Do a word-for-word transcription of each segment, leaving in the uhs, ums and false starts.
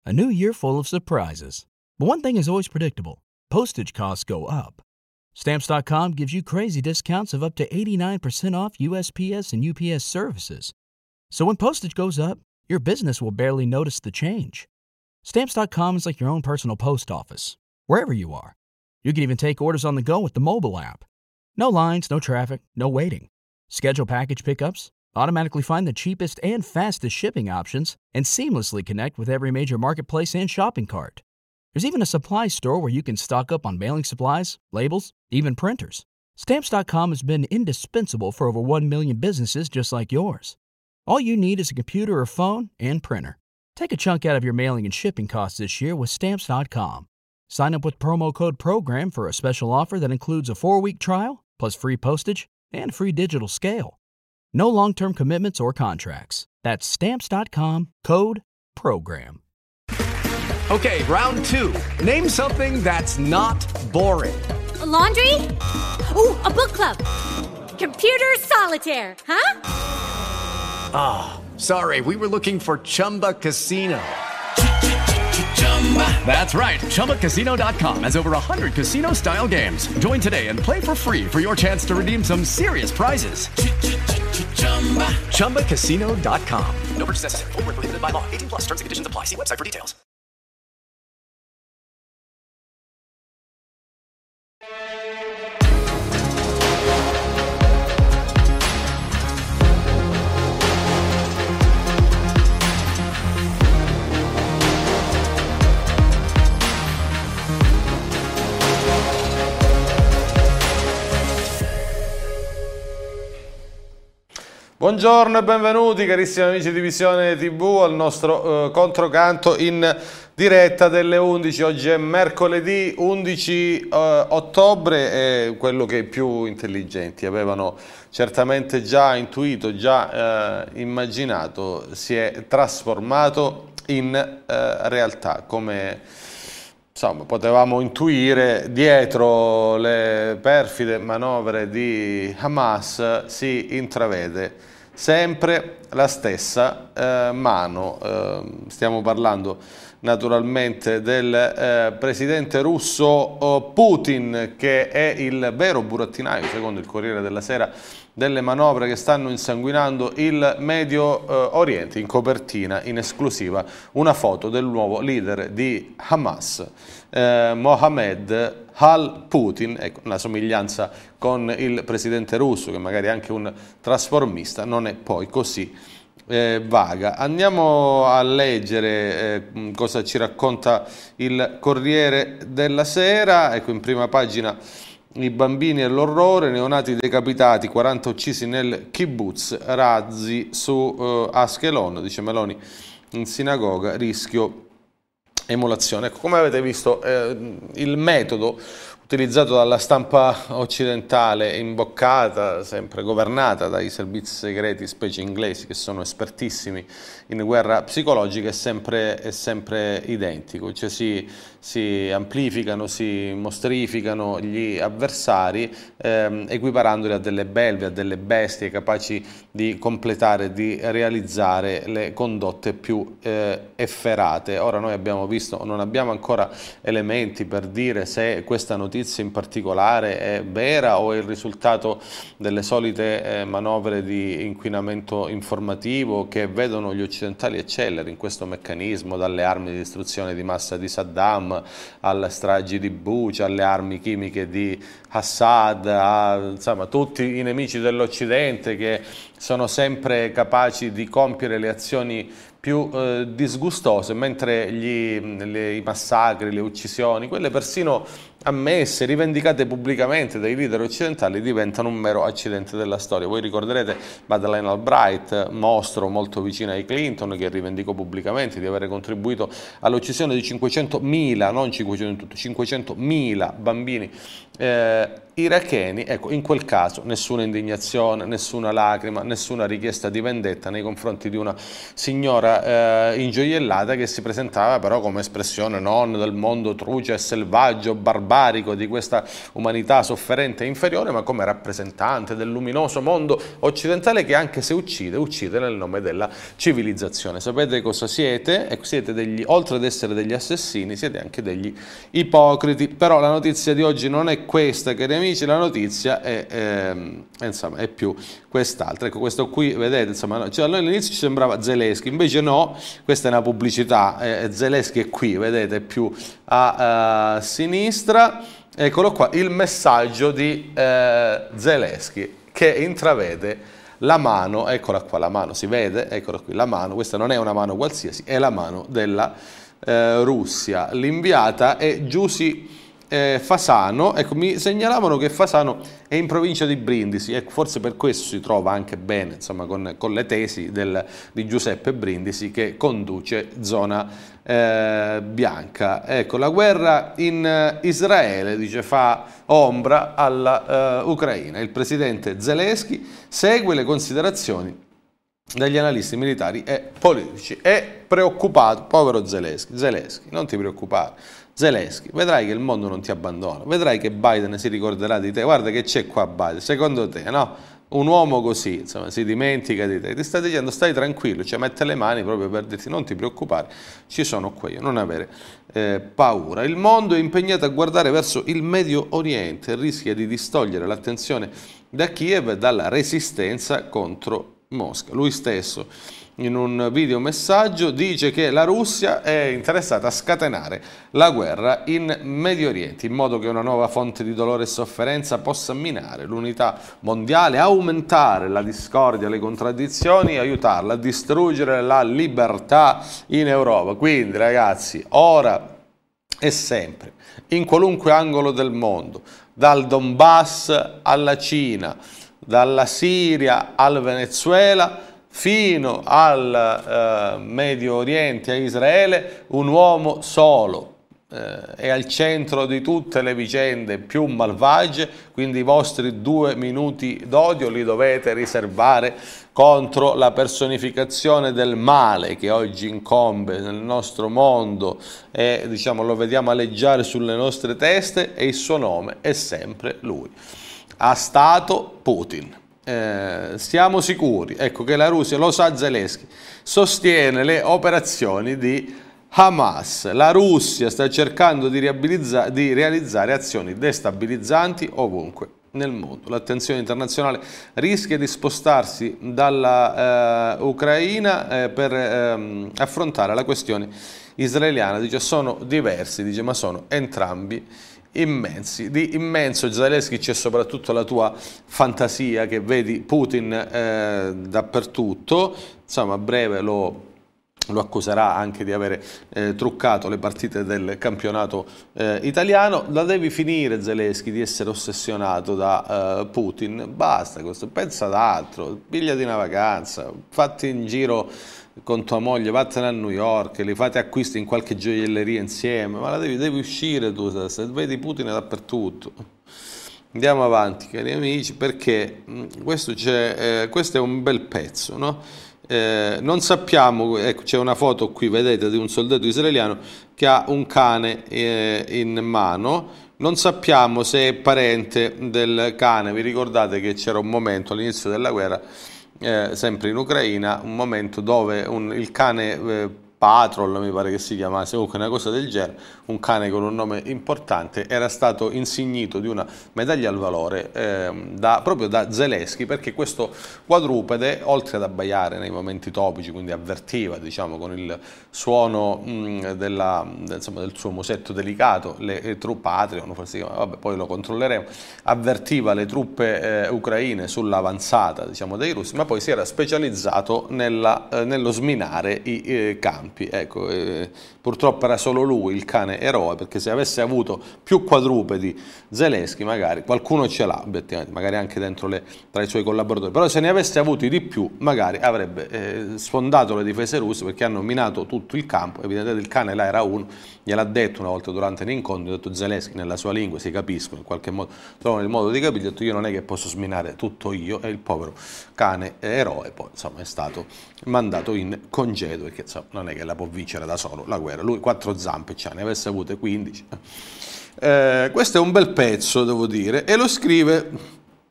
A new year full of surprises. But one thing is always predictable. Postage costs go up. Stamps dot com gives you crazy discounts of up to eighty-nine percent off U S P S and U P S services. So when postage goes up, your business will barely notice the change. Stamps dot com is like your own personal post office, wherever you are. You can even take orders on the go with the mobile app. No lines, no traffic, no waiting. Schedule package pickups, automatically find the cheapest and fastest shipping options, and seamlessly connect with every major marketplace and shopping cart. There's even a supply store where you can stock up on mailing supplies, labels, even printers. Stamps dot com has been indispensable for over one million businesses just like yours. All you need is a computer or phone and printer. Take a chunk out of your mailing and shipping costs this year with Stamps dot com. Sign up with promo code PROGRAM for a special offer that includes a four-week trial, plus free postage and free digital scale. No long-term commitments or contracts. That's Stamps dot com, code PROGRAM. Okay, round two. Name something that's not boring. A laundry? Ooh, a book club. Computer solitaire, huh? Ah, oh, sorry, we were looking for Chumba Casino. That's right, Chumba Casino dot com has over one hundred casino-style games. Join today and play for free for your chance to redeem some serious prizes. Chumba Casino dot com. No purchase necessary. Void where prohibited by law. eighteen plus terms and conditions apply. See website for details. Buongiorno e benvenuti carissimi amici di Visione tivù al nostro uh, controcanto in diretta delle undici. Oggi è mercoledì undici uh, ottobre e quello che i più intelligenti avevano certamente già intuito, già uh, immaginato, si è trasformato in uh, realtà. Come insomma potevamo intuire, dietro le perfide manovre di Hamas si intravede sempre la stessa eh, mano. Eh, stiamo parlando naturalmente del eh, presidente russo eh, Putin, che è il vero burattinaio, secondo il Corriere della Sera, delle manovre che stanno insanguinando il Medio eh, Oriente. In copertina, in esclusiva, una foto del nuovo leader di Hamas, eh, Mohammed al-Putin. Ecco, una somiglianza con il presidente russo, che magari è anche un trasformista, non è poi così eh, vaga. Andiamo a leggere eh, cosa ci racconta il Corriere della Sera. Ecco, in prima pagina: i bambini e l'orrore, neonati decapitati, quaranta uccisi nel kibbutz, razzi su uh, Ashkelon, dice Meloni in sinagoga, rischio emulazione. Ecco, come avete visto, eh, il metodo utilizzato dalla stampa occidentale, imboccata, sempre governata dai servizi segreti, specie inglesi, che sono espertissimi in guerra psicologica, è sempre, è sempre identico. Cioè si, si amplificano, si mostrificano gli avversari, ehm, equiparandoli a delle belve, a delle bestie capaci di completare, di realizzare le condotte più eh, efferate. Ora noi abbiamo visto, non abbiamo ancora elementi per dire se questa notizia in particolare è vera o è il risultato delle solite eh, manovre di inquinamento informativo che vedono gli occidentali eccellere in questo meccanismo, dalle armi di distruzione di massa di Saddam alle stragi di Bucha, alle armi chimiche di Assad, a, insomma, tutti i nemici dell'Occidente che sono sempre capaci di compiere le azioni più eh, disgustose, mentre gli, le, i massacri, le uccisioni, quelle persino ammesse, rivendicate pubblicamente dai leader occidentali, diventano un mero accidente della storia. Voi ricorderete Madeleine Albright, mostro molto vicino ai Clinton, che rivendicò pubblicamente di avere contribuito all'uccisione di cinquecentomila, non cinquecento, cinquecentomila bambini eh, iracheni. Ecco, in quel caso nessuna indignazione, nessuna lacrima, nessuna richiesta di vendetta nei confronti di una signora eh, ingioiellata che si presentava però come espressione non del mondo truce e selvaggio, barbarico, barbarico di questa umanità sofferente e inferiore, ma come rappresentante del luminoso mondo occidentale che anche se uccide, uccide nel nome della civilizzazione. Sapete cosa siete? Ecco, siete degli, oltre ad essere degli assassini, siete anche degli ipocriti. Però la notizia di oggi non è questa, cari amici, la notizia è, ehm, insomma, è più quest'altra. Ecco, questo qui, vedete, insomma, no, cioè, all'inizio ci sembrava Zelensky, invece no, questa è una pubblicità, eh, Zelensky è qui, vedete, è più a, a sinistra. Eccolo qua, il messaggio di eh, Zelensky che intravede la mano, eccola qua la mano, si vede, eccola qui la mano, questa non è una mano qualsiasi, è la mano della eh, Russia. L'inviata è Giussi eh, Fasano, ecco, mi segnalavano che Fasano è in provincia di Brindisi, ecco, forse per questo si trova anche bene, insomma, con, con le tesi del, di Giuseppe Brindisi che conduce zona Eh, bianca. Ecco, la guerra in eh, Israele, dice, fa ombra alla eh, Ucraina. Il presidente Zelensky segue le considerazioni degli analisti militari e politici. È preoccupato, povero Zelensky. Zelensky, non ti preoccupare. Zelensky, vedrai che il mondo non ti abbandona, vedrai che Biden si ricorderà di te. Guarda che c'è qua Biden, secondo te, no? Un uomo così, insomma, si dimentica di te, ti sta dicendo stai tranquillo, cioè mette le mani proprio per dirti non ti preoccupare, ci sono qua io, non avere eh, paura. Il mondo è impegnato a guardare verso il Medio Oriente e rischia di distogliere l'attenzione da Kiev e dalla resistenza contro Mosca. Lui stesso in un videomessaggio dice che la Russia è interessata a scatenare la guerra in Medio Oriente in modo che una nuova fonte di dolore e sofferenza possa minare l'unità mondiale, aumentare la discordia, le contraddizioni e aiutarla a distruggere la libertà in Europa. Quindi ragazzi, ora e sempre, in qualunque angolo del mondo, dal Donbass alla Cina, dalla Siria al Venezuela, fino al eh, Medio Oriente, a Israele, un uomo solo eh, è al centro di tutte le vicende più malvagie, quindi i vostri due minuti d'odio li dovete riservare contro la personificazione del male che oggi incombe nel nostro mondo e, diciamo, lo vediamo aleggiare sulle nostre teste, e il suo nome è sempre lui. Ha stato Putin. Eh, siamo sicuri, ecco, che la Russia, lo sa Zelensky, sostiene le operazioni di Hamas. La Russia sta cercando di, di realizzare azioni destabilizzanti ovunque nel mondo. L'attenzione internazionale rischia di spostarsi dalla eh, Ucraina eh, per eh, affrontare la questione israeliana. Dice, sono diversi, dice, ma sono entrambi immensi. Di immenso Zelensky c'è soprattutto la tua fantasia, che vedi Putin eh, dappertutto, insomma a breve lo, lo accuserà anche di avere eh, truccato le partite del campionato eh, italiano. La devi finire Zelensky di essere ossessionato da eh, Putin, basta questo, pensa ad altro, pigliati una vacanza, fatti in giro con tua moglie, vattene a New York, li fate acquisti in qualche gioielleria insieme, ma la devi, devi uscire tu, vedi Putin dappertutto. Andiamo avanti, cari amici, perché questo, c'è, eh, questo è un bel pezzo, no? Eh, non sappiamo, ecco, c'è una foto qui, vedete, di un soldato israeliano che ha un cane eh, in mano. Non sappiamo se è parente del cane. Vi ricordate che c'era un momento all'inizio della guerra, Eh, sempre in Ucraina, un momento dove un, il cane eh, Patrol, mi pare che si chiamasse, comunque una cosa del genere, un cane con un nome importante, era stato insignito di una medaglia al valore eh, da, proprio da Zelensky, perché questo quadrupede, oltre ad abbaiare nei momenti topici, quindi avvertiva, diciamo, con il suono mh, della, insomma, del suo musetto delicato, le, le truppe Patreon, forse, vabbè, poi lo controlleremo, avvertiva le truppe eh, ucraine sull'avanzata, diciamo, dei russi, ma poi si era specializzato nella, eh, nello sminare i eh, campi. Ecco, eh, purtroppo era solo lui il cane eroe, perché se avesse avuto più quadrupedi Zelensky, magari qualcuno ce l'ha, magari anche dentro le, tra i suoi collaboratori, però se ne avesse avuti di più magari avrebbe eh, sfondato le difese russe, perché hanno minato tutto il campo. Evidentemente il cane là era uno, gliel'ha detto una volta durante l'incontro, ha detto Zelensky nella sua lingua, si capiscono in qualche modo, trovano il modo di capire, ha detto io non è che posso sminare tutto io, e il povero cane eroe poi, insomma, è stato mandato in congedo, perché insomma, non è che la può vincere da solo la guerra, lui quattro zampe c'ha, ne avesse avute quindici Eh, questo è un bel pezzo, devo dire, e lo scrive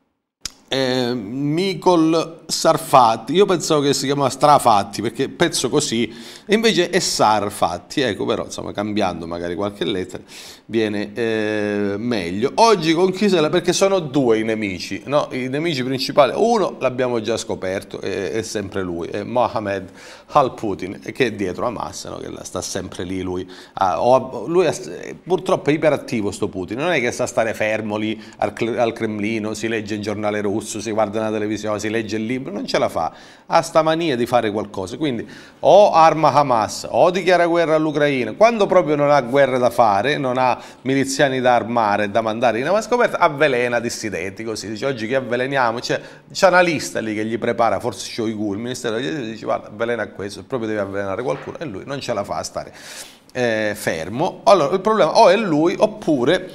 eh, Micol Sarfatti. Io pensavo che si chiamava Strafatti, perché pezzo così, e invece è Sarfatti, ecco, però insomma cambiando magari qualche lettera viene eh, meglio. Oggi con chi se la... perché sono due i nemici, no? I nemici principali, uno l'abbiamo già scoperto, è, è sempre lui, è Mohammed al-Putin, che è dietro Hamas, no? Che sta sempre lì lui, ah, o, lui è, purtroppo è iperattivo sto Putin, non è che sta a stare fermo lì al, al Cremlino, si legge il giornale russo, si guarda la televisione, si legge il libro, non ce la fa, ha sta mania di fare qualcosa, quindi o arma Hamas o dichiara guerra all'Ucraina, quando proprio non ha guerra da fare, non ha miliziani da armare, da mandare in avanti scoperta, avvelena dissidenti, così dice oggi che avveleniamo, c'è, c'è una lista lì che gli prepara, forse Shoigu, il ministero degli esteri, dice guarda avvelena questo, proprio deve avvelenare qualcuno, e lui non ce la fa a stare eh, fermo. Allora il problema o è lui oppure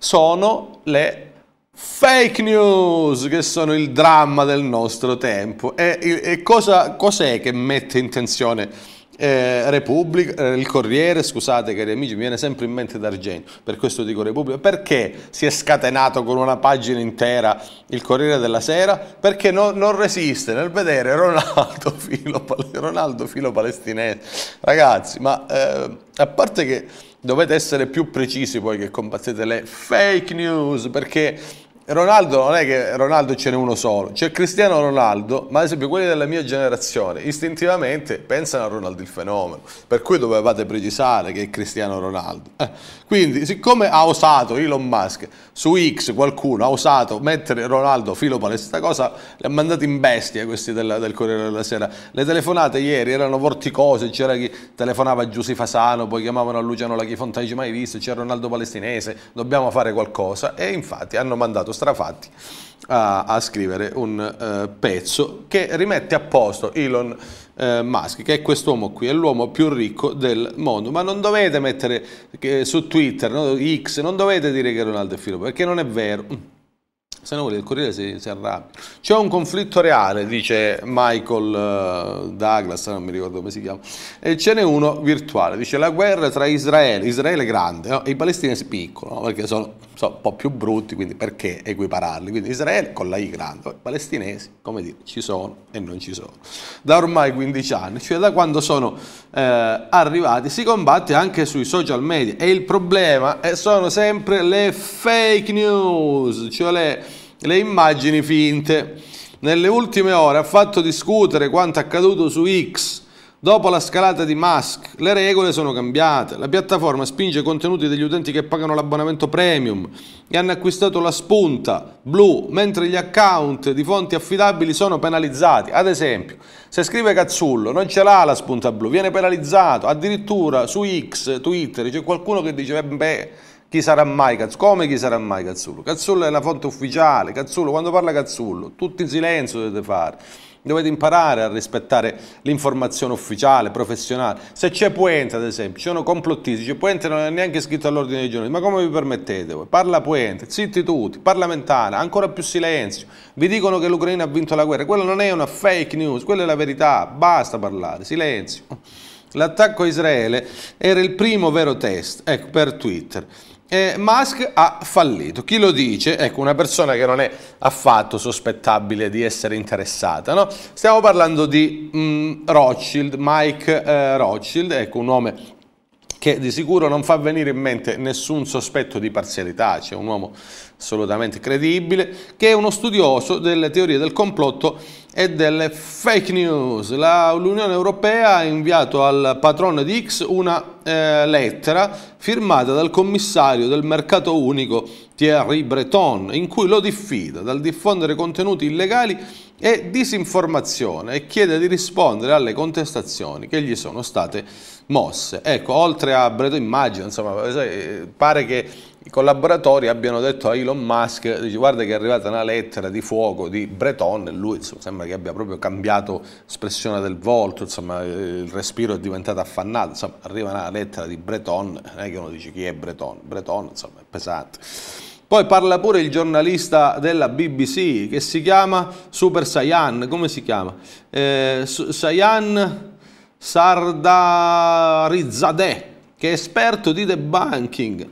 sono le fake news, che sono il dramma del nostro tempo. E, e cosa, cos'è che mette in tensione eh, Repubblica, eh, il Corriere, scusate cari amici, mi viene sempre in mente D'Argenio, per questo dico Repubblica, perché si è scatenato con una pagina intera il Corriere della Sera? Perché no, non resiste nel vedere Ronaldo filo, Ronaldo filo palestinese. Ragazzi, ma eh, a parte che dovete essere più precisi poi che combattete le fake news, perché Ronaldo non è che Ronaldo ce n'è uno solo, c'è Cristiano Ronaldo, ma ad esempio quelli della mia generazione istintivamente pensano a Ronaldo il fenomeno, per cui dovevate precisare che è Cristiano Ronaldo. Eh, quindi siccome ha osato Elon Musk su X, qualcuno ha osato mettere Ronaldo filo palestina, cosa li ha mandati in bestia questi del, del Corriere della Sera. Le telefonate ieri erano vorticose, c'era chi telefonava a Giusy Fasano, poi chiamavano a Luciano Laghi Fontana, mai visto, c'è Ronaldo palestinese, dobbiamo fare qualcosa, e infatti hanno mandato Strafatti a, a scrivere un uh, pezzo che rimette a posto Elon uh, Musk, che è quest'uomo qui, è l'uomo più ricco del mondo. Ma non dovete mettere che, su Twitter, no, X, non dovete dire che Ronaldo è filo, perché non è vero. Se no vuole il Corriere si, si arrabbia. C'è un conflitto reale, dice Michael uh, Douglas, non mi ricordo come si chiama, e ce n'è uno virtuale, dice la guerra tra Israele, Israele grande, no? E i palestinesi piccoli, no? Perché sono, sono un po' più brutti, quindi perché equipararli? Quindi Israele con la I grande, i palestinesi, come dire, ci sono e non ci sono. Da ormai quindici anni, cioè da quando sono eh, arrivati, si combatte anche sui social media, e il problema è, sono sempre le fake news, cioè le le immagini finte. Nelle ultime ore ha fatto discutere quanto accaduto su X. Dopo la scalata di Musk, le regole sono cambiate. La piattaforma spinge i contenuti degli utenti che pagano l'abbonamento premium e hanno acquistato la spunta blu, mentre gli account di fonti affidabili sono penalizzati. Ad esempio, se scrive Cazzullo non ce l'ha la spunta blu, viene penalizzato. Addirittura su X, Twitter, c'è qualcuno che dice beh, chi sarà mai Cazzullo? Come chi sarà mai Cazzullo? Cazzullo è la fonte ufficiale. Cazzullo, quando parla Cazzullo, tutti in silenzio dovete fare. Dovete imparare a rispettare l'informazione ufficiale, professionale. Se c'è Puente, ad esempio, ci sono complottisti, c'è Puente non è neanche scritto all'ordine dei giornalisti, ma come vi permettete voi? Parla Puente, zitti tutti, parlamentare, ancora più silenzio. Vi dicono che l'Ucraina ha vinto la guerra, quella non è una fake news, quella è la verità, basta parlare, silenzio. L'attacco a Israele era il primo vero test, ecco, per Twitter. E Musk ha fallito. Chi lo dice? Ecco, una persona che non è affatto sospettabile di essere interessata, no? Stiamo parlando di mm, Rothschild, Mike eh, Rothschild, ecco un nome che di sicuro non fa venire in mente nessun sospetto di parzialità, c'è un uomo assolutamente credibile, che è uno studioso delle teorie del complotto e delle fake news. La, L'Unione Europea ha inviato al patrono di X una eh, lettera firmata dal commissario del mercato unico Thierry Breton, in cui lo diffida dal diffondere contenuti illegali e disinformazione e chiede di rispondere alle contestazioni che gli sono state mosse. Ecco, oltre a Breton, immagino, insomma, pare che i collaboratori abbiano detto a Elon Musk, dice, guarda che è arrivata una lettera di fuoco di Breton, e lui insomma, sembra che abbia proprio cambiato espressione del volto, insomma il respiro è diventato affannato, insomma arriva una lettera di Breton, non è che uno dice chi è Breton, Breton insomma è pesante. Poi parla pure il giornalista della B B C che si chiama Super Saiyan, come si chiama? Eh, Saiyan Sardarizzadeh. che è esperto di debunking,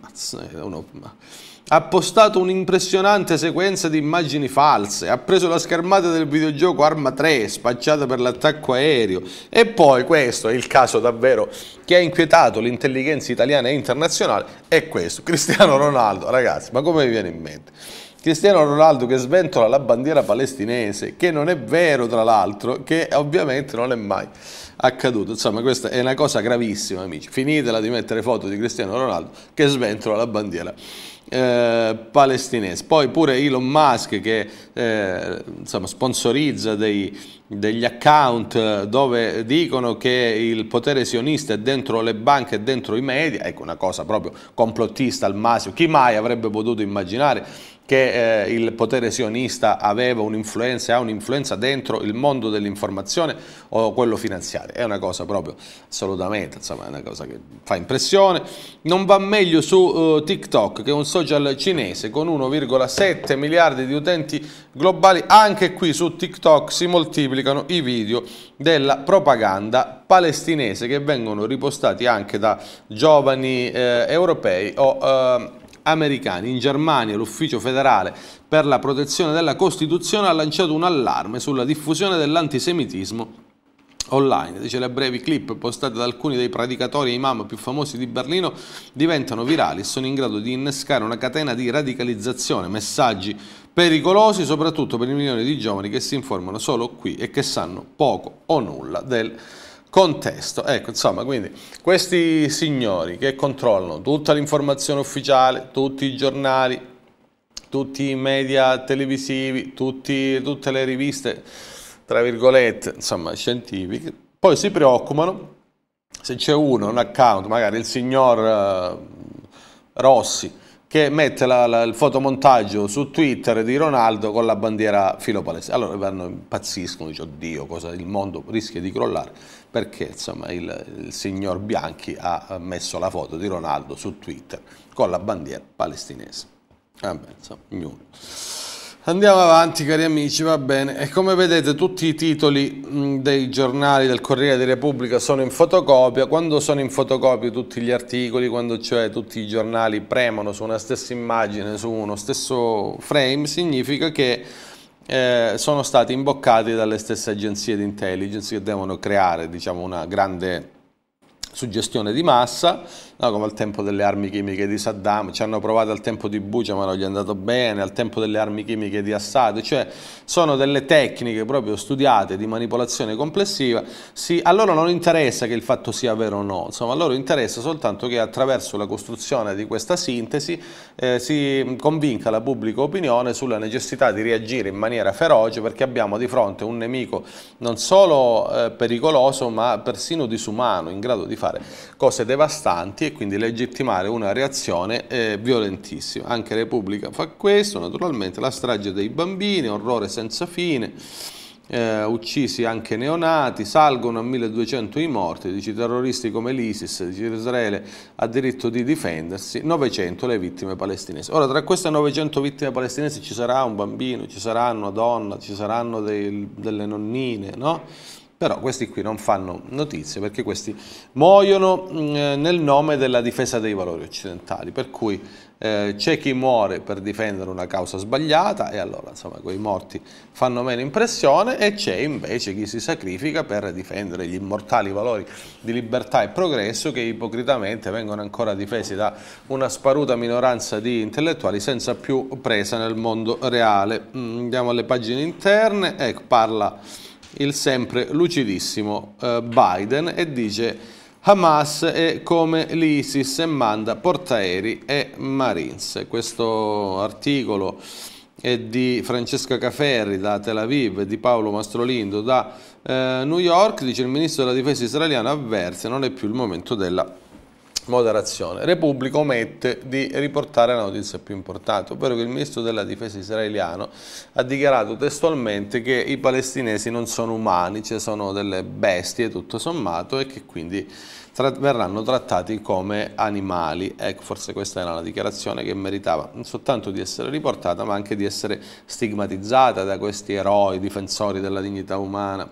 ha postato un'impressionante sequenza di immagini false, ha preso la schermata del videogioco Arma tre, spacciata per l'attacco aereo, e poi, questo è il caso davvero che ha inquietato l'intelligenza italiana e internazionale, è questo, Cristiano Ronaldo, ragazzi, ma come vi viene in mente? Cristiano Ronaldo che sventola la bandiera palestinese, che non è vero tra l'altro, che ovviamente non è mai accaduto. Insomma, questa è una cosa gravissima, amici. Finitela di mettere foto di Cristiano Ronaldo che sventola la bandiera eh, palestinese. Poi pure Elon Musk che eh, insomma, sponsorizza dei, degli account dove dicono che il potere sionista è dentro le banche e dentro i media. Ecco, una cosa proprio complottista al massimo. Chi mai avrebbe potuto immaginare che eh, il potere sionista aveva un'influenza e ha un'influenza dentro il mondo dell'informazione o quello finanziario? È una cosa proprio assolutamente, insomma, è una cosa che fa impressione. Non va meglio su uh, TikTok, che è un social cinese con uno virgola sette miliardi di utenti globali. Anche qui su TikTok si moltiplicano i video della propaganda palestinese che vengono ripostati anche da giovani eh, europei o eh, americani. In Germania l'Ufficio federale per la protezione della Costituzione ha lanciato un allarme sulla diffusione dell'antisemitismo online. Dice: le brevi clip postate da alcuni dei predicatori e imam più famosi di Berlino diventano virali e sono in grado di innescare una catena di radicalizzazione, messaggi pericolosi soprattutto per i milioni di giovani che si informano solo qui e che sanno poco o nulla del contesto. Ecco, insomma, quindi questi signori che controllano tutta l'informazione ufficiale, tutti i giornali, tutti i media televisivi, tutti, tutte le riviste, tra virgolette, insomma, scientifiche, poi si preoccupano se c'è uno, un account, magari il signor uh, Rossi, che mette la, la, il fotomontaggio su Twitter di Ronaldo con la bandiera filo-palestina. Allora vanno, impazziscono, dice: oddio, cosa, il mondo rischia di crollare, perché insomma il, il signor Bianchi ha messo la foto di Ronaldo su Twitter con la bandiera palestinese. Vabbè, insomma, ognuno. Andiamo avanti, cari amici, va bene. E come vedete tutti i titoli mh, dei giornali del Corriere della Repubblica sono in fotocopia. Quando sono in fotocopia tutti gli articoli, quando cioè tutti i giornali premono su una stessa immagine, su uno stesso frame, significa che eh, sono stati imboccati dalle stesse agenzie di intelligence che devono creare, diciamo, una grande suggestione di massa, no, come al tempo delle armi chimiche di Saddam. Ci hanno provato al tempo di Bucha ma non gli è andato bene, al tempo delle armi chimiche di Assad, cioè sono delle tecniche proprio studiate di manipolazione complessiva. Si, a loro non interessa che il fatto sia vero o no, insomma, a loro interessa soltanto che attraverso la costruzione di questa sintesi eh, si convinca la pubblica opinione sulla necessità di reagire in maniera feroce, perché abbiamo di fronte un nemico non solo eh, pericoloso ma persino disumano, in grado di fare cose devastanti, e quindi legittimare una reazione eh, violentissima. Anche Repubblica fa questo, naturalmente. La strage dei bambini, orrore senza fine, eh, uccisi anche neonati, salgono a milleduecento i morti, dice: terroristi come l'ISIS, dice Israele ha diritto di difendersi, novecento le vittime palestinesi. Ora, tra queste novecento vittime palestinesi ci sarà un bambino, ci saranno una donna, ci saranno dei, delle nonnine, no? Però questi qui non fanno notizie, perché questi muoiono eh, nel nome della difesa dei valori occidentali, per cui eh, c'è chi muore per difendere una causa sbagliata e allora insomma quei morti fanno meno impressione, e c'è invece chi si sacrifica per difendere gli immortali valori di libertà e progresso, che ipocritamente vengono ancora difesi da una sparuta minoranza di intellettuali senza più presa nel mondo reale. Andiamo alle pagine interne. Ecco, parla il sempre lucidissimo uh, Biden e dice: Hamas è come l'ISIS e manda portaerei e Marines. Questo articolo è di Francesca Caferri da Tel Aviv e di Paolo Mastrolindo da uh, New York. Dice: il ministro della difesa israeliano avverte, non è più il momento della moderazione. Repubblica omette di riportare la notizia più importante, ovvero che il ministro della difesa israeliano ha dichiarato testualmente che i palestinesi non sono umani, cioè sono delle bestie tutto sommato, e che quindi tra- verranno trattati come animali. Ecco, forse questa era una dichiarazione che meritava non soltanto di essere riportata, ma anche di essere stigmatizzata da questi eroi difensori della dignità umana.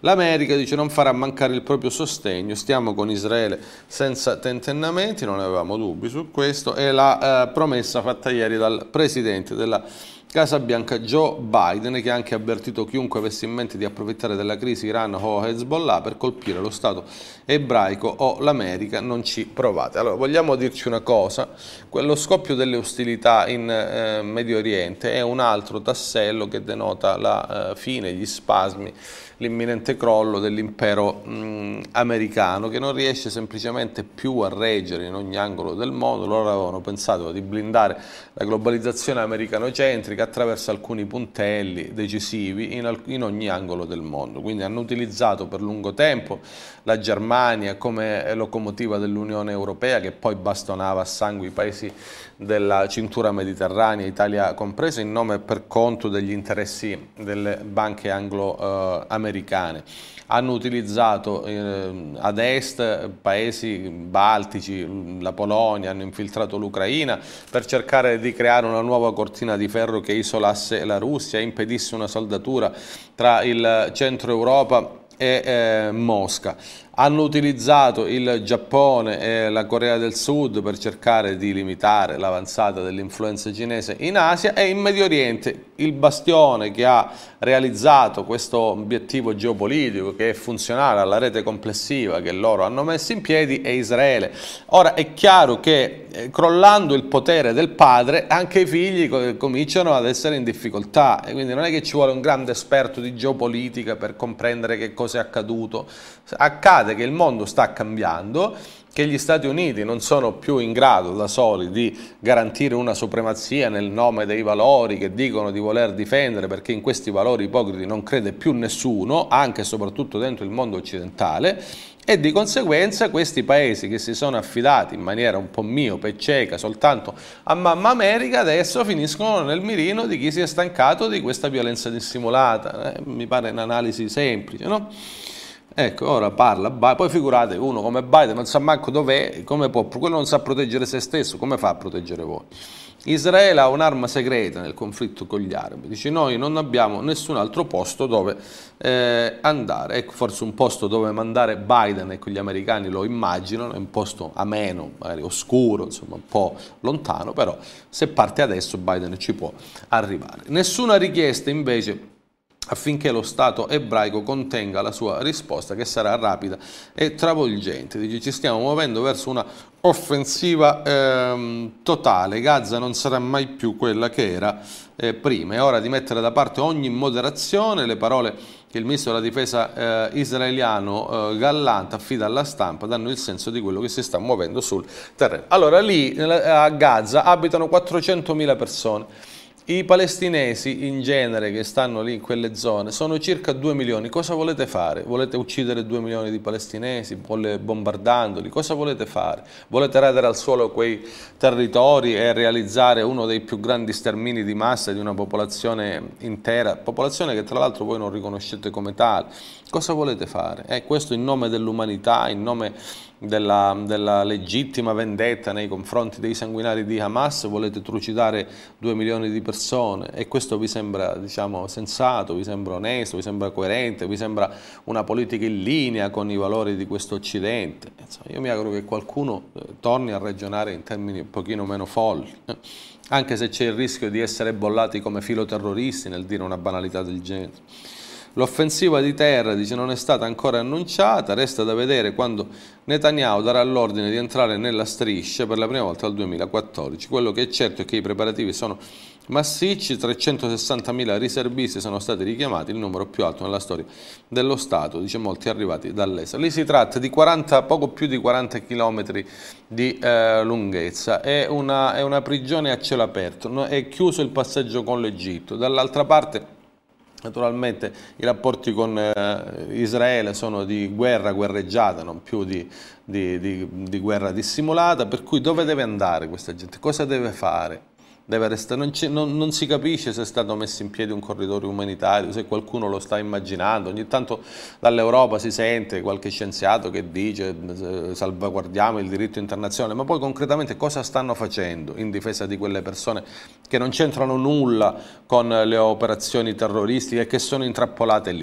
L'America dice non farà mancare il proprio sostegno, stiamo con Israele senza tentennamenti, non avevamo dubbi su questo, e la eh, promessa fatta ieri dal presidente della Casa Bianca Joe Biden, che ha anche avvertito chiunque avesse in mente di approfittare della crisi Iran o Hezbollah per colpire lo Stato ebraico o l'America, non ci provate. Allora, vogliamo dirci una cosa, quello scoppio delle ostilità in eh, Medio Oriente è un altro tassello che denota la eh, fine, gli spasmi, l'imminente crollo dell'impero mh, americano, che non riesce semplicemente più a reggere in ogni angolo del mondo. Loro avevano pensato di blindare la globalizzazione americanocentrica attraverso alcuni puntelli decisivi in, in ogni angolo del mondo. Quindi hanno utilizzato per lungo tempo la Germania come locomotiva dell'Unione Europea, che poi bastonava a sangue i paesi della cintura mediterranea, Italia compresa, in nome e per conto degli interessi delle banche anglo-americane. Hanno utilizzato eh, ad est paesi baltici, la Polonia, hanno infiltrato l'Ucraina per cercare di creare una nuova cortina di ferro che isolasse la Russia e impedisse una saldatura tra il centro Europa e eh, Mosca. Hanno utilizzato il Giappone e la Corea del Sud per cercare di limitare l'avanzata dell'influenza cinese in Asia, e in Medio Oriente il bastione che ha realizzato questo obiettivo geopolitico, che è funzionale alla rete complessiva che loro hanno messo in piedi, è Israele. Ora è chiaro che eh, crollando il potere del padre, anche i figli co- cominciano ad essere in difficoltà, e quindi non è che ci vuole un grande esperto di geopolitica per comprendere che cosa è accaduto. Accade che il mondo sta cambiando, che gli Stati Uniti non sono più in grado da soli di garantire una supremazia nel nome dei valori che dicono di voler difendere, perché in questi valori ipocriti non crede più nessuno, anche e soprattutto dentro il mondo occidentale, e di conseguenza questi paesi che si sono affidati in maniera un po' miope e cieca soltanto a mamma America adesso finiscono nel mirino di chi si è stancato di questa violenza dissimulata. Eh, mi pare un'analisi semplice, no? Ecco, ora parla, poi figurate, uno come Biden non sa manco dov'è, come può, quello non sa proteggere se stesso, come fa a proteggere voi? Israele ha un'arma segreta nel conflitto con gli arabi, dice noi non abbiamo nessun altro posto dove eh, andare, ecco forse un posto dove mandare Biden, ecco gli americani lo immaginano, è un posto ameno, magari oscuro, insomma un po' lontano, però se parte adesso Biden ci può arrivare. Nessuna richiesta invece affinché lo Stato ebraico contenga la sua risposta, che sarà rapida e travolgente. Dice, ci stiamo muovendo verso una offensiva ehm, totale, Gaza non sarà mai più quella che era eh, prima, è ora di mettere da parte ogni moderazione. Le parole che il ministro della difesa eh, israeliano eh, Gallant affida alla stampa danno il senso di quello che si sta muovendo sul terreno. Allora lì a Gaza abitano quattrocentomila persone. I palestinesi in genere che stanno lì in quelle zone sono circa due milioni. Cosa volete fare? Volete uccidere due milioni di palestinesi bombardandoli? Cosa volete fare? Volete radere al suolo quei territori e realizzare uno dei più grandi stermini di massa di una popolazione intera, popolazione che tra l'altro voi non riconoscete come tale? Cosa volete fare? Eh, questo in nome dell'umanità, in nome della, della legittima vendetta nei confronti dei sanguinari di Hamas, volete trucidare due milioni di persone, e questo vi sembra, diciamo, sensato, vi sembra onesto, vi sembra coerente, vi sembra una politica in linea con i valori di questo Occidente? Insomma, io mi auguro che qualcuno eh, torni a ragionare in termini un pochino meno folli, eh? anche se c'è il rischio di essere bollati come filoterroristi nel dire una banalità del genere. L'offensiva di terra, dice, non è stata ancora annunciata, resta da vedere quando Netanyahu darà l'ordine di entrare nella striscia per la prima volta dal duemilaquattordici. Quello che è certo è che i preparativi sono massicci, trecentosessantamila riservisti sono stati richiamati, il numero più alto nella storia dello Stato, dice, molti arrivati dall'est. Lì si tratta di quaranta, poco più di quaranta chilometri di eh, lunghezza, è una, è una prigione a cielo aperto, no? È chiuso il passaggio con l'Egitto, dall'altra parte naturalmente i rapporti con eh, Israele sono di guerra guerreggiata, non più di, di, di, di guerra dissimulata, per cui dove deve andare questa gente? Cosa deve fare? Deve restare, non, non, non si capisce se è stato messo in piedi un corridoio umanitario, se qualcuno lo sta immaginando. Ogni tanto dall'Europa si sente qualche scienziato che dice eh, salvaguardiamo il diritto internazionale, ma poi concretamente cosa stanno facendo in difesa di quelle persone che non c'entrano nulla con le operazioni terroristiche e che sono intrappolate lì?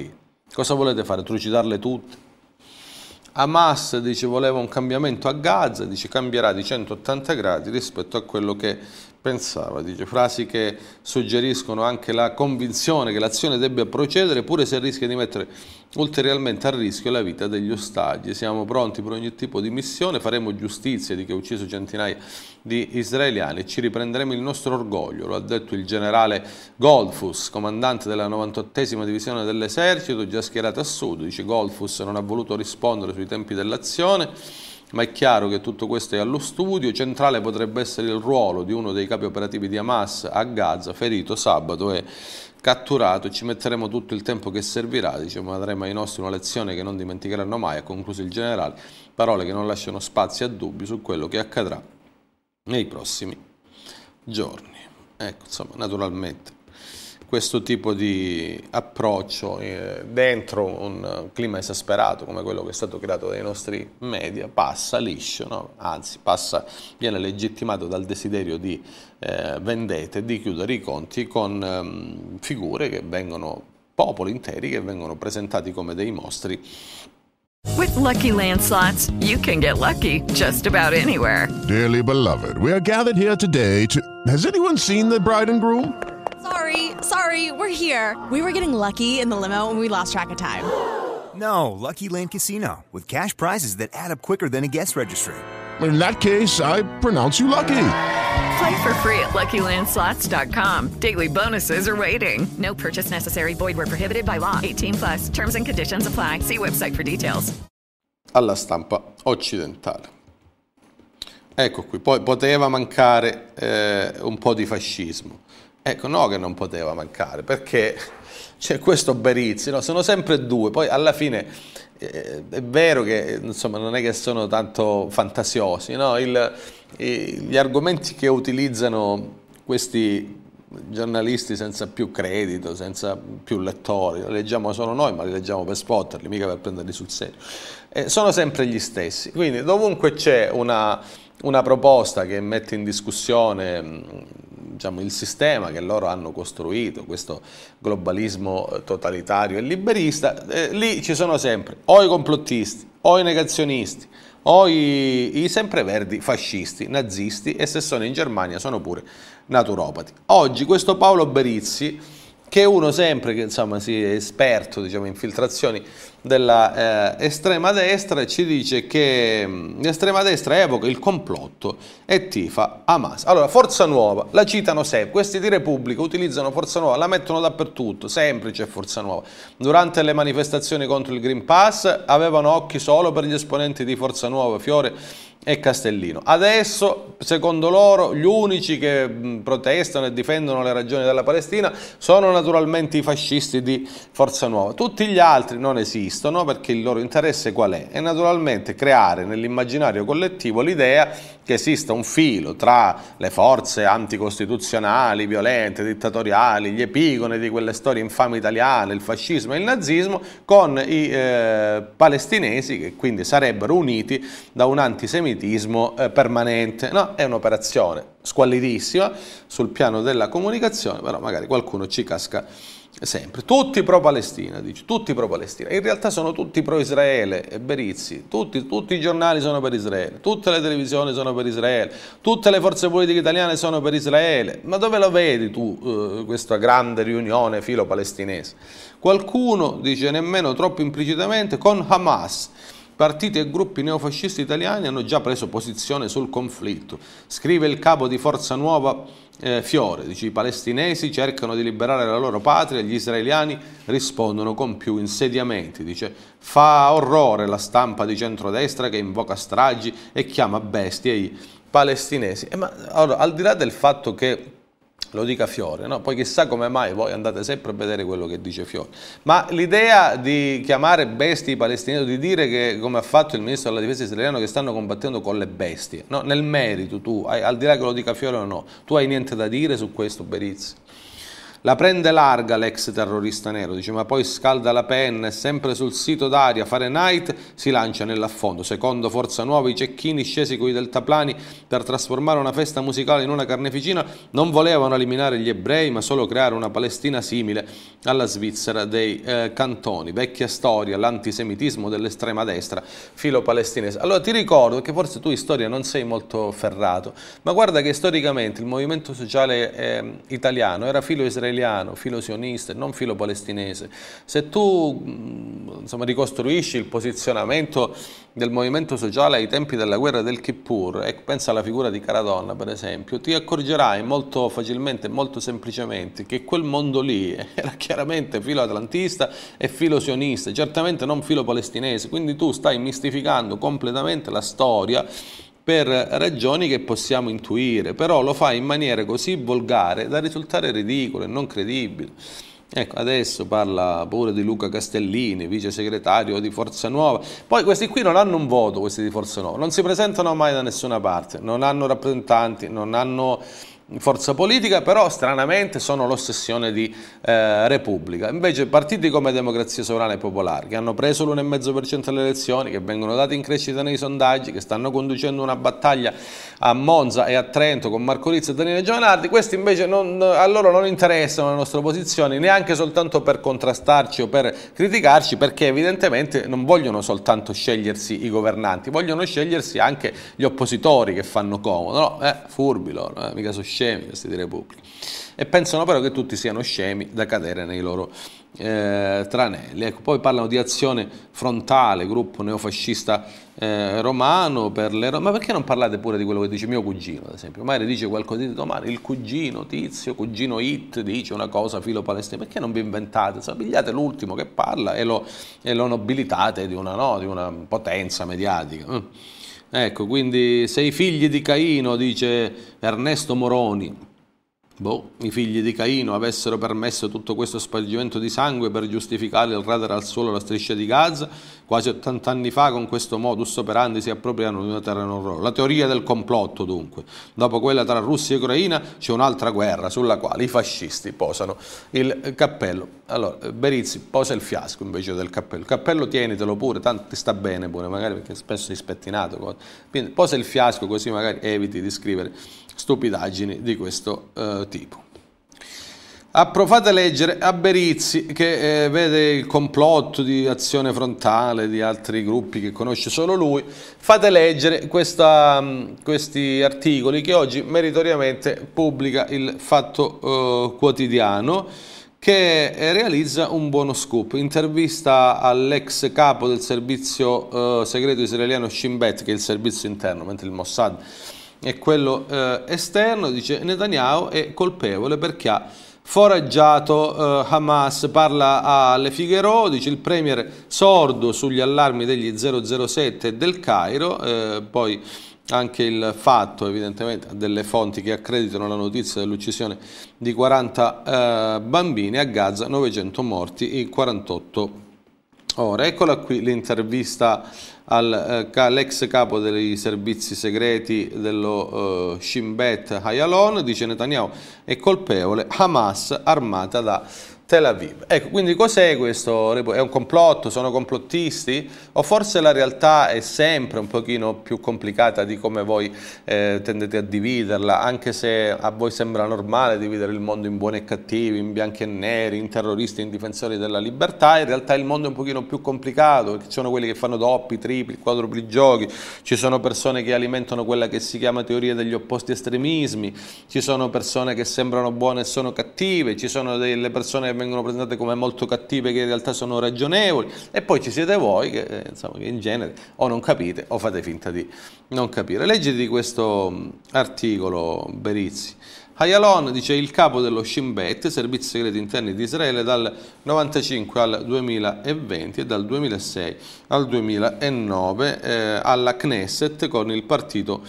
Cosa volete fare? Trucidarle tutte? Hamas dice voleva un cambiamento a Gaza, dice cambierà di centottanta gradi rispetto a quello che pensava, dice frasi che suggeriscono anche la convinzione che l'azione debba procedere pure se rischia di mettere ulteriormente a rischio la vita degli ostaggi. Siamo pronti per ogni tipo di missione, faremo giustizia di chi ha ucciso centinaia di israeliani e ci riprenderemo il nostro orgoglio, lo ha detto il generale Goldfuss, comandante della novantottesima divisione dell'esercito, già schierato a sud. Dice Goldfuss non ha voluto rispondere sui tempi dell'azione, ma è chiaro che tutto questo è allo studio. Centrale potrebbe essere il ruolo di uno dei capi operativi di Hamas a Gaza, ferito sabato e catturato. Ci metteremo tutto il tempo che servirà, dice, ma daremo ai nostri una lezione che non dimenticheranno mai, ha concluso il generale, parole che non lasciano spazio a dubbi su quello che accadrà nei prossimi giorni. Ecco, insomma, naturalmente questo tipo di approccio eh, dentro un clima esasperato come quello che è stato creato dai nostri media passa liscio, no? Anzi passa, viene legittimato dal desiderio di eh, vendette, di chiudere i conti con ehm, figure che vengono, popoli interi che vengono presentati come dei mostri. With Lucky Land Slots, you can get lucky just about anywhere. Dearly beloved, we are gathered here today to... Has anyone seen the bride and groom? Sorry, sorry, we're here. We were getting lucky in the limo and we lost track of time. No, Lucky Land Casino, with cash prizes that add up quicker than a guest registry. In that case, I pronounce you lucky. Play for free at Lucky Land Slots dot com. Daily bonuses are waiting. No purchase necessary. Void where prohibited by law. eighteen plus. Terms and conditions apply. See website for details. Alla stampa occidentale. Ecco qui, poi poteva mancare eh, un po' di fascismo. Ecco, no che non poteva mancare, perché c'è questo Berizzi, no? Sono sempre due, poi alla fine eh, è vero che insomma non è che sono tanto fantasiosi, no? Il, i, gli argomenti che utilizzano questi giornalisti senza più credito, senza più lettori, li leggiamo solo noi, ma li leggiamo per spotterli, mica per prenderli sul serio, eh, sono sempre gli stessi. Quindi dovunque c'è una, una proposta che mette in discussione diciamo, il sistema che loro hanno costruito, questo globalismo totalitario e liberista, eh, lì ci sono sempre o i complottisti, o i negazionisti, o i, i sempreverdi fascisti, nazisti, e se sono in Germania sono pure naturopati. Oggi questo Paolo Berizzi, che è uno sempre che insomma si è esperto, diciamo, in infiltrazioni della eh, estrema destra, ci dice che mh, l'estrema destra evoca il complotto e tifa Hamas. Allora, Forza Nuova, la citano sempre, questi di Repubblica utilizzano Forza Nuova, la mettono dappertutto, sempre c'è Forza Nuova. Durante le manifestazioni contro il Green Pass avevano occhi solo per gli esponenti di Forza Nuova, Fiore e Castellino. Adesso, secondo loro, gli unici che mh, protestano e difendono le ragioni della Palestina sono naturalmente i fascisti di Forza Nuova. Tutti gli altri non esistono, perché il loro interesse qual è? È naturalmente creare nell'immaginario collettivo l'idea che esista un filo tra le forze anticostituzionali, violente, dittatoriali, gli epigoni di quelle storie infami italiane, il fascismo e il nazismo, con i eh, palestinesi, che quindi sarebbero uniti da un antisemitismo eh, permanente. No, è un'operazione squallidissima sul piano della comunicazione, però magari qualcuno ci casca sempre. Tutti pro-Palestina, dice, tutti pro-Palestina. In realtà sono tutti pro-Israele, e Berizzi, tutti, tutti i giornali sono per Israele, tutte le televisioni sono per Israele, tutte le forze politiche italiane sono per Israele. Ma dove lo vedi tu, eh, questa grande riunione filo-palestinese? Qualcuno dice nemmeno troppo implicitamente con Hamas. Partiti e gruppi neofascisti italiani hanno già preso posizione sul conflitto. Scrive il capo di Forza Nuova eh, Fiore, dice, i palestinesi cercano di liberare la loro patria, gli israeliani rispondono con più insediamenti. Dice, fa orrore la stampa di centrodestra che invoca stragi e chiama bestie i palestinesi. Eh, ma allora, al di là del fatto che lo dica Fiore, no? Poi chissà come mai voi andate sempre a vedere quello che dice Fiore, ma l'idea di chiamare bestie i palestinesi, di dire che, come ha fatto il ministro della difesa israeliano, che stanno combattendo con le bestie, no? Nel merito tu, hai, al di là che lo dica Fiore o no, tu hai niente da dire su questo, Berizzi? La prende larga l'ex terrorista nero, dice, ma poi scalda la penna e sempre sul sito d'aria Fahrenheit si lancia nell'affondo. Secondo Forza Nuova i cecchini scesi coi deltaplani per trasformare una festa musicale in una carneficina non volevano eliminare gli ebrei ma solo creare una Palestina simile alla Svizzera dei eh, cantoni. Vecchia storia, l'antisemitismo dell'estrema destra filo palestinese. Allora ti ricordo che forse tu in storia non sei molto ferrato, ma guarda che storicamente il movimento sociale eh, italiano era filo israeliano, filo sionista, non filo palestinese. Se tu insomma, ricostruisci il posizionamento del movimento sociale ai tempi della guerra del Kippur, e pensa alla figura di Caradonna per esempio, ti accorgerai molto facilmente, molto semplicemente che quel mondo lì era chiaramente filo atlantista e filo sionista, certamente non filo palestinese, quindi tu stai mistificando completamente la storia per ragioni che possiamo intuire, però lo fai in maniera così volgare da risultare ridicolo e non credibile. Ecco, adesso parla pure di Luca Castellini, vice segretario di Forza Nuova. Poi questi qui non hanno un voto, questi di Forza Nuova, non si presentano mai da nessuna parte, non hanno rappresentanti, non hanno forza politica, però stranamente sono l'ossessione di eh, Repubblica. Invece partiti come Democrazia Sovrana e Popolare, che hanno preso l'uno virgola cinque per cento alle elezioni, che vengono dati in crescita nei sondaggi, che stanno conducendo una battaglia a Monza e a Trento con Marco Rizzo e Daniele Giovanardi, questi invece non, a loro non interessano le nostre posizioni, neanche soltanto per contrastarci o per criticarci, perché evidentemente non vogliono soltanto scegliersi i governanti, vogliono scegliersi anche gli oppositori che fanno comodo, no? Eh, furbi loro, eh, mica sono scemi questi di Repubblica, e pensano però che tutti siano scemi da cadere nei loro eh, tranelli. Ecco, poi parlano di Azione Frontale, gruppo neofascista eh, romano per le Ro- ma perché non parlate pure di quello che dice mio cugino, ad esempio? Magari dice qualcosa di domani, il cugino Tizio, cugino It dice una cosa filo palestinese, perché non vi inventate? So, pigliate l'ultimo che parla e lo, e lo nobilitate di una, no, di una potenza mediatica. Mm. Ecco, quindi se i figli di Caino, dice Ernesto Moroni, boh, i figli di Caino avessero permesso tutto questo spargimento di sangue per giustificare il radere al suolo la striscia di Gaza, quasi ottanta anni fa con questo modus operandi si appropriano di una terra non loro. La teoria del complotto, dunque. Dopo quella tra Russia e Ucraina c'è un'altra guerra sulla quale i fascisti posano il cappello. Allora, Berizzi posa il fiasco invece del cappello. Il cappello tienitelo pure, tanto ti sta bene pure, magari perché spesso sei spettinato. Quindi posa il fiasco così magari eviti di scrivere stupidaggini di questo eh, tipo. Approvate leggere a Berizzi, che eh, vede il complotto di Azione Frontale, di altri gruppi che conosce solo lui. Fate leggere questa, questi articoli che oggi meritoriamente pubblica il Fatto eh, Quotidiano, che realizza un buono scoop. Intervista all'ex capo del servizio eh, segreto israeliano Shin Bet, che è il servizio interno, mentre il Mossad è quello eh, esterno. Dice Netanyahu è colpevole perché ha foraggiato eh, Hamas. Parla alle Figaro, dice il premier sordo sugli allarmi degli zero zero sette del Cairo, eh, poi anche il Fatto evidentemente ha delle fonti che accreditano la notizia dell'uccisione di quaranta eh, bambini a Gaza, novecento morti in quarantotto ore. Eccola qui l'intervista al, eh, all'ex capo dei servizi segreti dello eh, Shin Bet Ayalon. Dice Netanyahu è colpevole, Hamas armata da Tel Aviv. Ecco, quindi cos'è questo? È un complotto? Sono complottisti? O forse la realtà è sempre un pochino più complicata di come voi eh, tendete a dividerla, anche se a voi sembra normale dividere il mondo in buoni e cattivi, in bianchi e neri, in terroristi e in difensori della libertà. In realtà il mondo è un pochino più complicato, perché ci sono quelli che fanno doppi, tripli, quadrupli giochi, ci sono persone che alimentano quella che si chiama teoria degli opposti estremismi, ci sono persone che sembrano buone e sono cattive, ci sono delle persone che vengono presentate come molto cattive che in realtà sono ragionevoli, e poi ci siete voi che, insomma, che in genere o non capite o fate finta di non capire. Leggiti questo articolo, Berizzi. Ayalon, dice, il capo dello Shin Bet, servizi segreti interni di Israele, dal novantacinque al duemilaventi e dal duemilasei al duemilanove eh, alla Knesset con il partito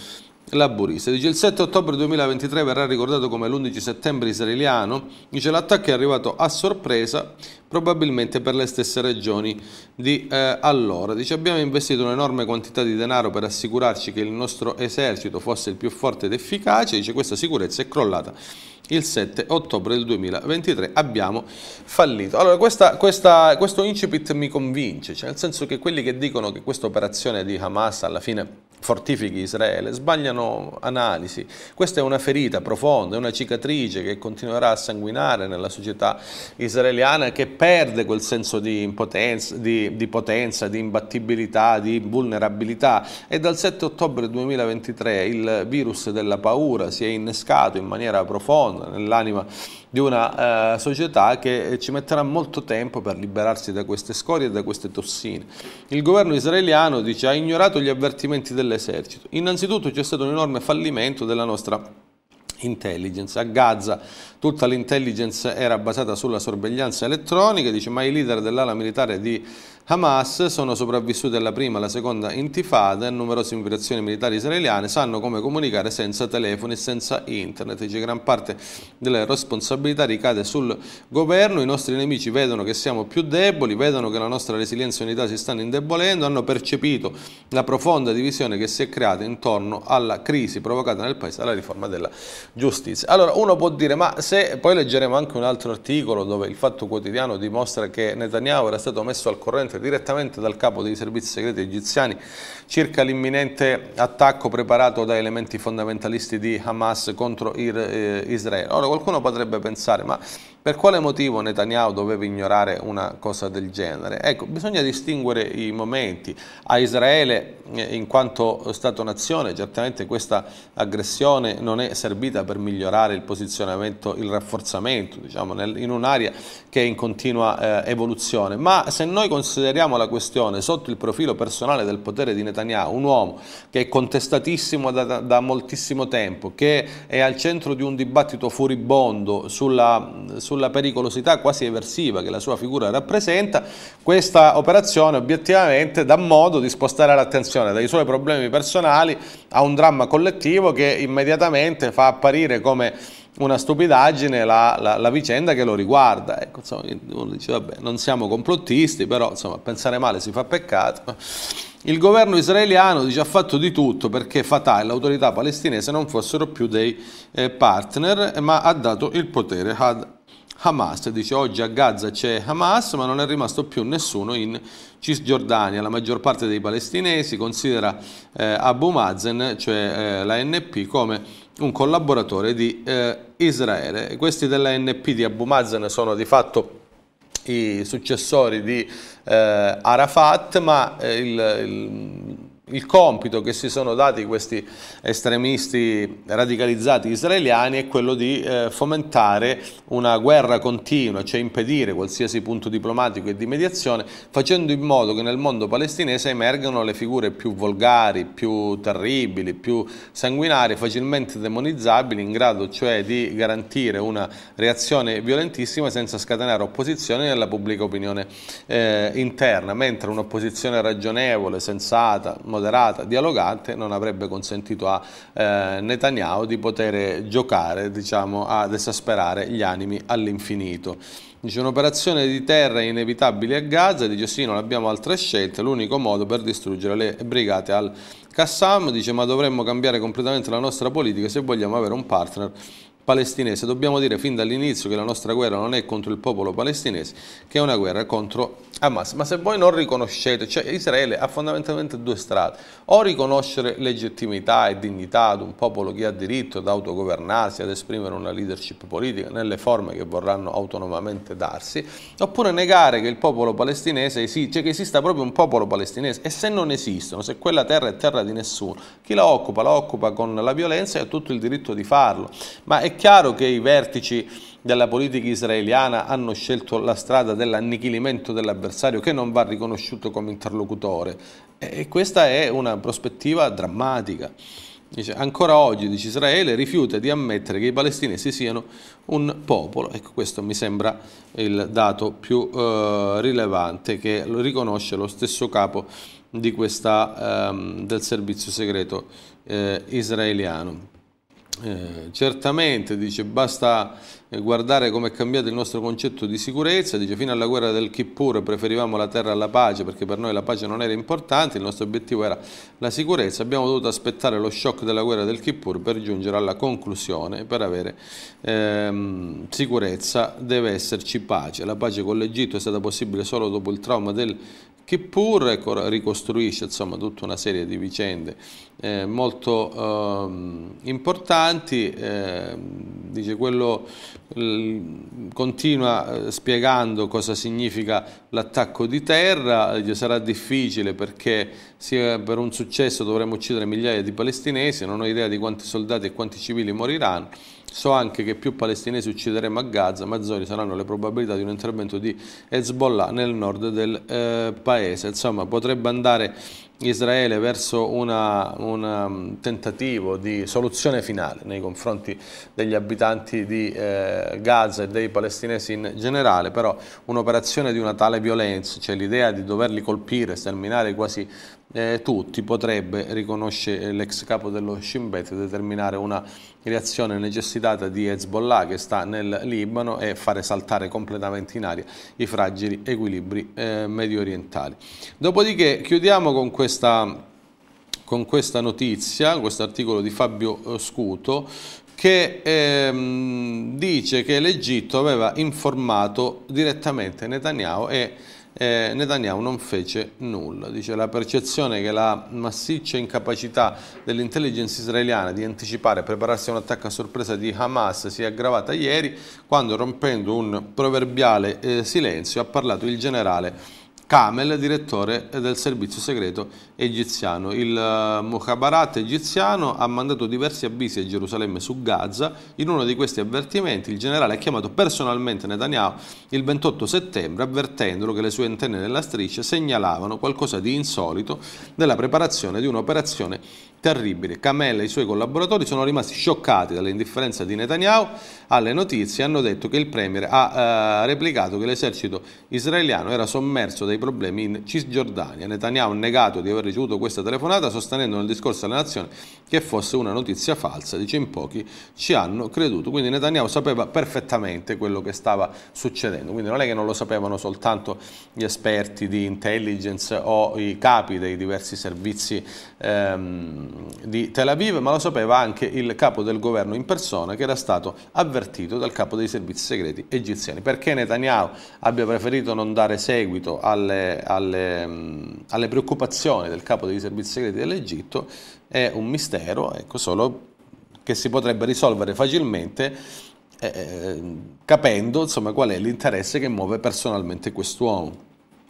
laburista. Dice il sette ottobre duemilaventitré verrà ricordato come l'undici settembre israeliano. Dice l'attacco è arrivato a sorpresa, probabilmente per le stesse ragioni di eh, allora. Dice abbiamo investito un'enorme quantità di denaro per assicurarci che il nostro esercito fosse il più forte ed efficace. Dice questa sicurezza è crollata il sette ottobre del duemilaventitré, abbiamo fallito. Allora questa, questa, questo incipit mi convince, cioè nel senso che quelli che dicono che questa operazione di Hamas alla fine fortifichi Israele sbagliano analisi. Questa è una ferita profonda, è una cicatrice che continuerà a sanguinare nella società israeliana, che perde quel senso di impotenza, di, di potenza, di imbattibilità, di vulnerabilità, e dal sette ottobre duemilaventitré il virus della paura si è innescato in maniera profonda nell'anima di una eh, società che ci metterà molto tempo per liberarsi da queste scorie e da queste tossine. Il governo israeliano dice ha ignorato gli avvertimenti dell'esercito. Innanzitutto c'è stato un enorme fallimento della nostra intelligence. A Gaza tutta l'intelligence era basata sulla sorveglianza elettronica, dice, ma i leader dell'ala militare di Hamas sono sopravvissuti alla prima e alla seconda intifada e numerose operazioni militari israeliane, sanno come comunicare senza telefoni e senza internet. Dice gran parte delle responsabilità ricade sul governo, i nostri nemici vedono che siamo più deboli, vedono che la nostra resilienza e unità si stanno indebolendo, hanno percepito la profonda divisione che si è creata intorno alla crisi provocata nel paese dalla riforma della giustizia. Allora uno può dire, ma se poi leggeremo anche un altro articolo dove il Fatto Quotidiano dimostra che Netanyahu era stato messo al corrente direttamente dal capo dei servizi segreti egiziani circa l'imminente attacco preparato da elementi fondamentalisti di Hamas contro Israele. Ora qualcuno potrebbe pensare, ma per quale motivo Netanyahu doveva ignorare una cosa del genere? Ecco, bisogna distinguere i momenti. A Israele, in quanto Stato-nazione, certamente questa aggressione non è servita per migliorare il posizionamento, il rafforzamento, diciamo, nel, in un'area che è in continua eh, evoluzione. Ma se noi consideriamo la questione sotto il profilo personale del potere di Netanyahu, un uomo che è contestatissimo da, da, da moltissimo tempo, che è al centro di un dibattito furibondo sulla, sulla pericolosità quasi eversiva che la sua figura rappresenta, questa operazione obiettivamente dà modo di spostare l'attenzione dai suoi problemi personali a un dramma collettivo che immediatamente fa apparire come una stupidaggine la, la, la vicenda che lo riguarda. Ecco, insomma, uno dice vabbè, non siamo complottisti, però insomma, pensare male si fa peccato. Il governo israeliano dice ha fatto di tutto perché Fatah e l'autorità palestinese non fossero più dei eh, partner, ma ha dato il potere ad Hamas. Dice oggi a Gaza c'è Hamas, ma non è rimasto più nessuno in Cisgiordania. La maggior parte dei palestinesi considera eh, Abu Mazen, cioè eh, la N P, come un collaboratore di eh, Israele. Questi della N P di Abu Mazen sono di fatto i successori di eh, Arafat, ma eh, il, il, il compito che si sono dati questi estremisti radicalizzati israeliani è quello di eh, fomentare una guerra continua, cioè impedire qualsiasi punto diplomatico e di mediazione, facendo in modo che nel mondo palestinese emergano le figure più volgari, più terribili, più sanguinarie, facilmente demonizzabili, in grado cioè di garantire una reazione violentissima senza scatenare opposizione nella pubblica opinione eh, interna, mentre un'opposizione ragionevole, sensata, moderata, dialogante non avrebbe consentito a eh, Netanyahu di poter giocare, diciamo, ad esasperare gli animi all'infinito. Dice un'operazione di terra inevitabile a Gaza, dice sì, non abbiamo altre scelte, l'unico modo per distruggere le brigate al-Qassam, dice ma dovremmo cambiare completamente la nostra politica se vogliamo avere un partner palestinese. Dobbiamo dire fin dall'inizio che la nostra guerra non è contro il popolo palestinese, che è una guerra contro Hamas. Ma se voi non riconoscete, cioè Israele ha fondamentalmente due strade: o riconoscere legittimità e dignità ad un popolo che ha diritto ad autogovernarsi, ad esprimere una leadership politica nelle forme che vorranno autonomamente darsi, oppure negare che il popolo palestinese esiste, cioè che esista proprio un popolo palestinese. E se non esistono, se quella terra è terra di nessuno, chi la occupa? La occupa con la violenza e ha tutto il diritto di farlo. Ma è chiaro che i vertici della politica israeliana hanno scelto la strada dell'annichilimento dell'avversario, che non va riconosciuto come interlocutore, e questa è una prospettiva drammatica. Dice, ancora oggi, dice, Israele rifiuta di ammettere che i palestinesi siano un popolo. Ecco, questo mi sembra il dato più eh, rilevante, che lo riconosce lo stesso capo di questa, ehm, del servizio segreto eh, israeliano. Eh, certamente, dice, basta guardare come è cambiato il nostro concetto di sicurezza. Dice, fino alla guerra del Kippur preferivamo la terra alla pace perché per noi la pace non era importante, il nostro obiettivo era la sicurezza. Abbiamo dovuto aspettare lo shock della guerra del Kippur per giungere alla conclusione: per avere ehm, sicurezza deve esserci pace. La pace con l'Egitto è stata possibile solo dopo il trauma del Kippur, ecco, ricostruisce insomma tutta una serie di vicende eh, molto eh, importanti. Eh, dice, quello eh, continua eh, spiegando cosa significa l'attacco di terra. Dice, sarà difficile perché sia per un successo dovremo uccidere migliaia di palestinesi, non ho idea di quanti soldati e quanti civili moriranno. So anche che più palestinesi uccideremo a Gaza, maggiori saranno le probabilità di un intervento di Hezbollah nel nord del eh, paese. Insomma, potrebbe andare Israele verso un tentativo di soluzione finale nei confronti degli abitanti di eh, Gaza e dei palestinesi in generale, però un'operazione di una tale violenza, cioè l'idea di doverli colpire, sterminare quasi eh, tutti, potrebbe, riconosce l'ex capo dello Shin Bet, determinare una reazione necessitata di Hezbollah che sta nel Libano e fare saltare completamente in aria i fragili equilibri eh, medio orientali. Dopodiché chiudiamo con questa, con questa notizia, questo articolo di Fabio Scuto, che ehm, dice che l'Egitto aveva informato direttamente Netanyahu e Eh, Netanyahu non fece nulla. Dice, la percezione che la massiccia incapacità dell'intelligence israeliana di anticipare e prepararsi a un attacco a sorpresa di Hamas si è aggravata ieri, quando, rompendo un proverbiale eh, silenzio, ha parlato il generale Kamel, direttore del servizio segreto egiziano. Il uh, Mukhabarat egiziano ha mandato diversi avvisi a Gerusalemme su Gaza. In uno di questi avvertimenti il generale ha chiamato personalmente Netanyahu il ventotto settembre, avvertendolo che le sue antenne nella striscia segnalavano qualcosa di insolito nella preparazione di un'operazione terribile. Kamel e i suoi collaboratori sono rimasti scioccati dall'indifferenza di Netanyahu alle notizie e hanno detto che il premier ha uh, replicato che l'esercito israeliano era sommerso dai problemi in Cisgiordania. Netanyahu ha negato di aver ricevuto questa telefonata, sostenendo nel discorso alle nazioni che fosse una notizia falsa. Dice, in pochi ci hanno creduto. Quindi Netanyahu sapeva perfettamente quello che stava succedendo, quindi non è che non lo sapevano soltanto gli esperti di intelligence o i capi dei diversi servizi ehm, di Tel Aviv, ma lo sapeva anche il capo del governo in persona, che era stato avvertito dal capo dei servizi segreti egiziani. Perché Netanyahu abbia preferito non dare seguito alle, alle, alle preoccupazioni del capo dei servizi segreti dell'Egitto è un mistero, ecco, solo che si potrebbe risolvere facilmente eh, capendo insomma qual è l'interesse che muove personalmente quest'uomo.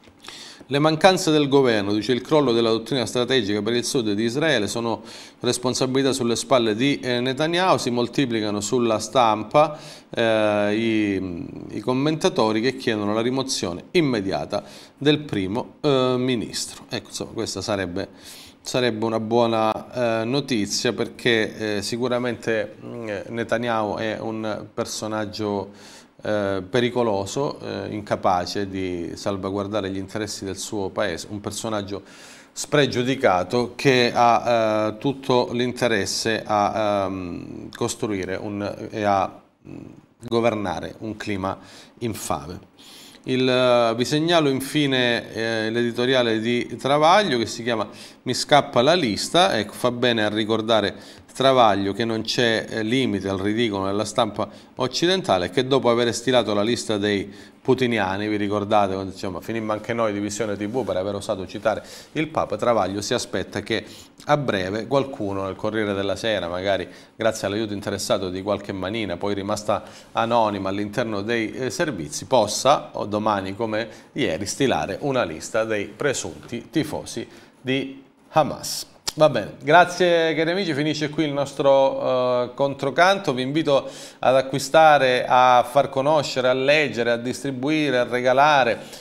Le mancanze del governo, dice, il crollo della dottrina strategica per il sud di Israele sono responsabilità sulle spalle di eh, Netanyahu, si moltiplicano sulla stampa eh, i, i commentatori che chiedono la rimozione immediata del primo eh, ministro. Ecco, insomma, questa sarebbe, sarebbe una buona eh, notizia, perché eh, sicuramente eh, Netanyahu è un personaggio Eh, pericoloso, eh, incapace di salvaguardare gli interessi del suo paese, un personaggio spregiudicato che ha eh, tutto l'interesse a ehm, costruire un, e a mh, governare un clima infame. Il, uh, vi segnalo infine eh, l'editoriale di Travaglio che si chiama Mi scappa la lista. Ecco, fa bene a ricordare Travaglio che non c'è eh, limite al ridicolo nella stampa occidentale e che dopo aver stilato la lista dei putiniani, vi ricordate quando diciamo, finimmo anche noi di Visione tivù per aver osato citare il Papa, Travaglio si aspetta che a breve qualcuno nel Corriere della Sera, magari grazie all'aiuto interessato di qualche manina poi rimasta anonima all'interno dei eh, servizi, possa, o domani come ieri, stilare una lista dei presunti tifosi di Hamas. Va bene, grazie cari amici, finisce qui il nostro uh, controcanto. Vi invito ad acquistare, a far conoscere, a leggere, a distribuire, a regalare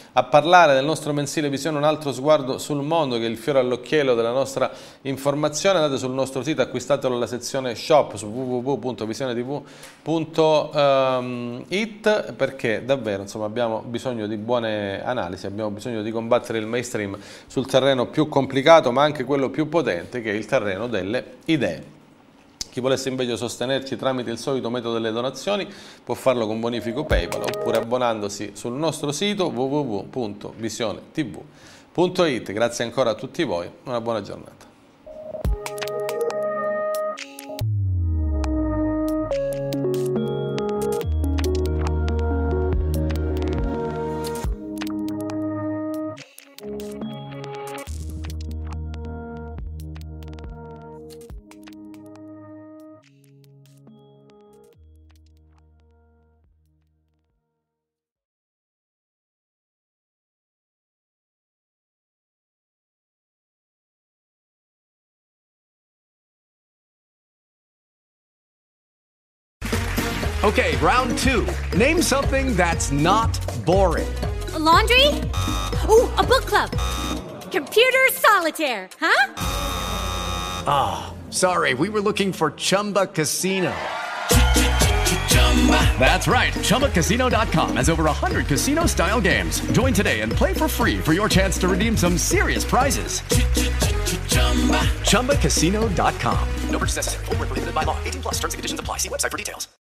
a parlare del nostro mensile Visione, un altro sguardo sul mondo, che è il fiore all'occhiello della nostra informazione. Andate sul nostro sito, acquistatelo alla sezione shop su w w w punto visione t v punto it, perché davvero insomma, abbiamo bisogno di buone analisi, abbiamo bisogno di combattere il mainstream sul terreno più complicato, ma anche quello più potente, che è il terreno delle idee. Chi volesse invece sostenerci tramite il solito metodo delle donazioni può farlo con bonifico PayPal oppure abbonandosi sul nostro sito w w w punto visione t v punto it. Grazie ancora a tutti voi, una buona giornata. Okay, round two. Name something that's not boring. A laundry? Ooh, a book club. Computer solitaire, huh? Ah, oh, sorry, we were looking for Chumba Casino. That's right, Chumba Casino dot com has over one hundred casino-style games. Join today and play for free for your chance to redeem some serious prizes. Chumba Casino dot com. No purchase necessary. Void where prohibited by law. eighteen plus terms and conditions apply. See website for details.